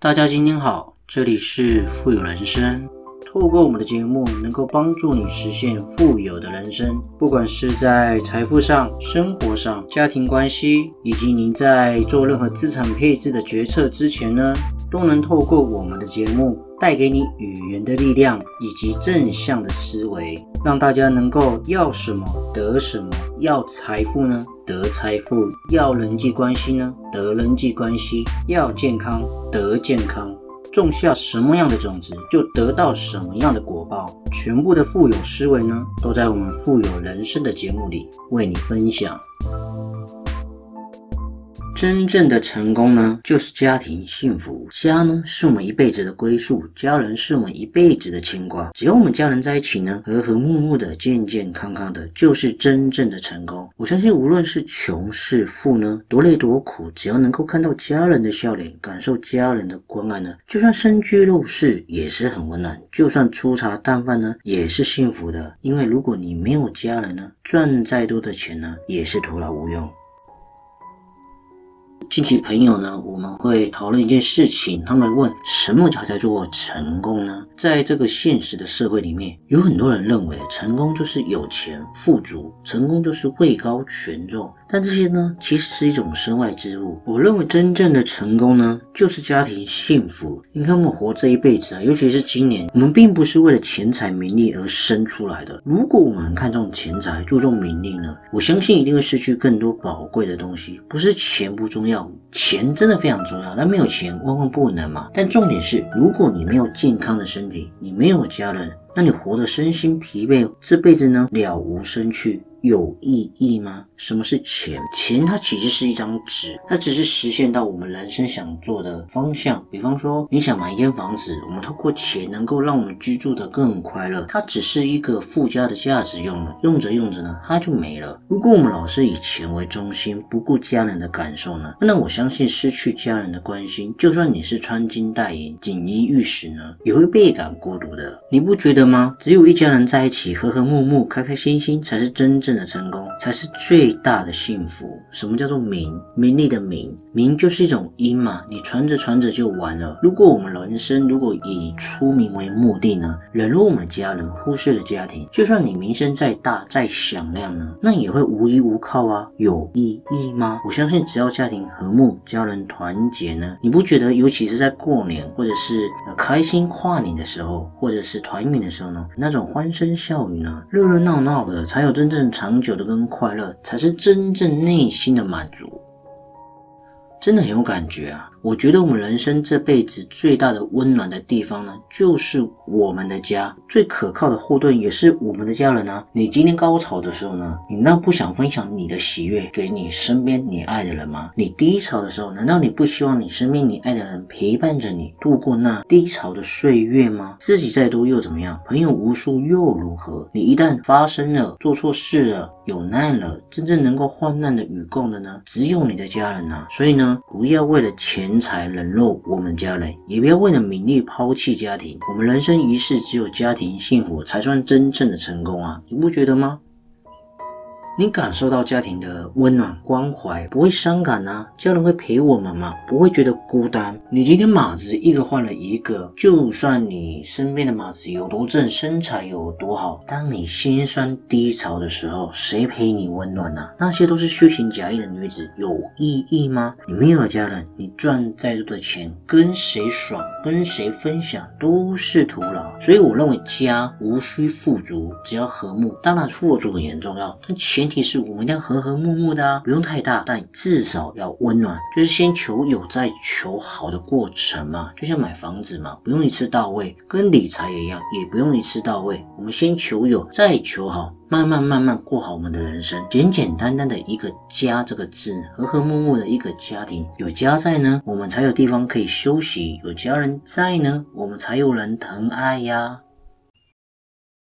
大家今天好，这里是富有人生。透过我们的节目，能够帮助你实现富有的人生，不管是在财富上、生活上、家庭关系，以及您在做任何资产配置的决策之前呢，都能透过我们的节目带给你语言的力量以及正向的思维，让大家能够要什么得什么，要财富呢得财富，要人际关系呢得人际关系，要健康得健康。种下什么样的种子，就得到什么样的果报。全部的富有思维呢，都在我们富有人生的节目里为你分享。真正的成功呢，就是家庭幸福。家呢，是我们一辈子的归宿，家人是我们一辈子的牵挂。只要我们家人在一起呢，和和睦睦的，健健康康的，就是真正的成功。我相信无论是穷是富呢，多累多苦，只要能够看到家人的笑脸，感受家人的关爱呢，就算身居肉室也是很温暖，就算粗茶淡饭呢，也是幸福的。因为如果你没有家人呢，赚再多的钱呢，也是徒劳无用。近期朋友呢，我们会讨论一件事情，他们问什么才叫做成功呢？在这个现实的社会里面，有很多人认为成功就是有钱富足，成功就是位高权重，但这些呢，其实是一种身外之物。我认为真正的成功呢，就是家庭幸福。你看我们活这一辈子啊，尤其是今年，我们并不是为了钱财名利而生出来的。如果我们很看重钱财，注重名利呢，我相信一定会失去更多宝贵的东西。不是钱不重要，钱真的非常重要，但没有钱万万不能嘛。但重点是，如果你没有健康的身体，你没有家人，那你活得身心疲惫，这辈子呢了无生趣，有意义吗？什么是钱？钱它其实是一张纸，它只是实现到我们人生想做的方向。比方说你想买一间房子，我们透过钱能够让我们居住得更快乐，它只是一个附加的价值用了，用着用着呢它就没了。如果我们老是以钱为中心，不顾家人的感受呢，那我相信失去家人的关心，就算你是穿金戴银锦衣玉食呢，也会倍感孤独的。你不觉得吗？只有一家人在一起和和睦睦开开心心才是真正的成功，才是最大的幸福。什么叫做名？名利的名，名就是一种因嘛，你传着传着就完了。如果我们人生如果以出名为目的呢，冷落我们的家人，忽视了家庭，就算你名声再大再响亮呢，那也会无依无靠啊，有意义吗？我相信只要家庭和睦，家人团结呢，你不觉得尤其是在过年或者是开心跨年的时候，或者是团圆的时候呢，那种欢声笑语呢，热热闹闹的，才有真正长久的跟快乐，才是真正内心的满足。真的很有感觉啊。我觉得我们人生这辈子最大的温暖的地方呢，就是我们的家，最可靠的后盾也是我们的家人啊。你今天高潮的时候呢，你难道不想分享你的喜悦给你身边你爱的人吗？你低潮的时候，难道你不希望你身边你爱的人陪伴着你度过那低潮的岁月吗？自己再多又怎么样？朋友无数又如何？你一旦发生了，做错事了，有难了，真正能够患难的与共的呢，只有你的家人啊。所以呢，不要为了钱财冷落我们家人，也不要为了名利抛弃家庭。我们人生一世，只有家庭幸福才算真正的成功啊，你不觉得吗？你感受到家庭的温暖关怀，不会伤感啊，家人会陪我们吗？不会觉得孤单。你今天马子一个换了一个，就算你身边的马子有多正，身材有多好，当你心酸低潮的时候，谁陪你温暖啊？那些都是虚情假意的女子，有意义吗？你没有家人，你赚再多的钱，跟谁爽，跟谁分享都是徒劳。所以我认为家无需富足，只要和睦。当然富足也很重要，但前提是我们一定要和和睦睦的啊，不用太大，但至少要温暖，就是先求有再求好的过程嘛，就像买房子嘛，不用一次到位，跟理财也一样，也不用一次到位，我们先求有再求好，慢慢过好我们的人生。简简单单的一个家这个字，和和睦睦的一个家庭，有家在呢，我们才有地方可以休息，有家人在呢，我们才有人疼爱呀。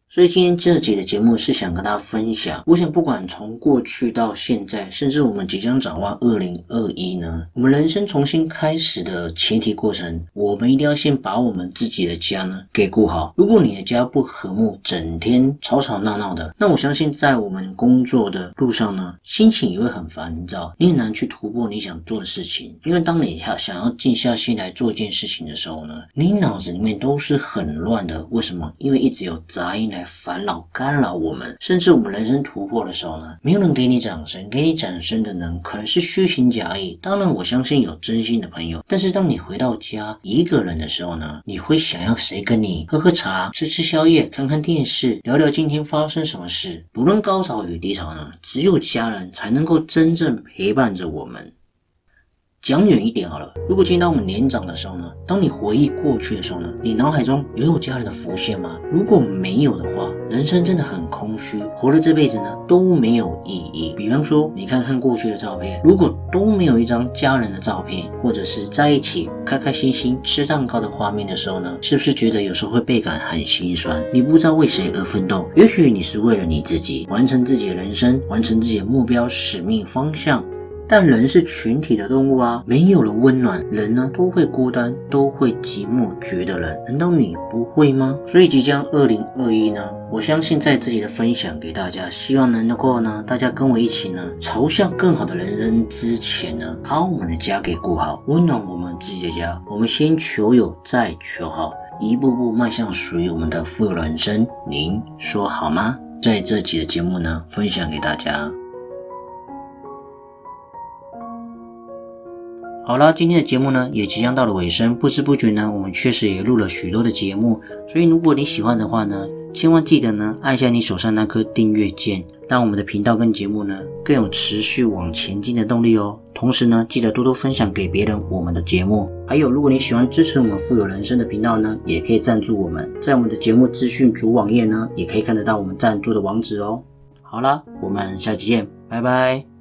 所以今天这集的节目是想跟大家分享，我想不管从过去到现在，甚至我们即将展望2021呢，我们人生重新开始的前提过程，我们一定要先把我们自己的家呢给顾好。如果你的家不和睦，整天吵吵闹闹的，那我相信在我们工作的路上呢，心情也会很烦躁，你很难去突破你想做的事情。因为当你想要静下心来做一件事情的时候呢，你脑子里面都是很乱的。为什么？因为一直有杂音来烦扰干扰我们，甚至我们人生突破的时候呢，没有人给你掌声，给你掌声的人可能是虚情假意。当然我相信有真心的朋友，但是当你回到家一个人的时候呢，你会想要谁跟你喝喝茶，吃吃宵夜，看看电视，聊聊今天发生什么事。不论高潮与低潮呢，只有家人才能够真正陪伴着我们。讲远一点好了，如果今天当我们年长的时候呢，当你回忆过去的时候呢，你脑海中有家人的浮现吗？如果没有的话，人生真的很空虚，活了这辈子呢都没有意义。比方说你看看过去的照片，如果都没有一张家人的照片，或者是在一起开开心心吃蛋糕的画面的时候呢，是不是觉得有时候会倍感很心酸？你不知道为谁而奋斗，也许你是为了你自己，完成自己的人生，完成自己的目标、使命、方向。但人是群体的动物啊，没有了温暖，人呢都会孤单，都会寂寞觉得冷，难道你不会吗？所以即将2021呢，我相信在自己的分享给大家，希望能够呢，大家跟我一起呢，朝向更好的人生之前呢，把我们的家给顾好，温暖我们自己的家。我们先求有，再求好，一步步迈向属于我们的富有人生，您说好吗？在这集的节目呢，分享给大家。好啦，今天的节目呢也即将到了尾声，不知不觉呢我们确实也录了许多的节目，所以如果你喜欢的话呢，千万记得呢按下你手上那颗订阅键，让我们的频道跟节目呢更有持续往前进的动力哦。同时呢，记得多多分享给别人我们的节目。还有，如果你喜欢支持我们富有人生的频道呢，也可以赞助我们，在我们的节目资讯主网页呢，也可以看得到我们赞助的网址哦。好啦，我们下期见，拜拜。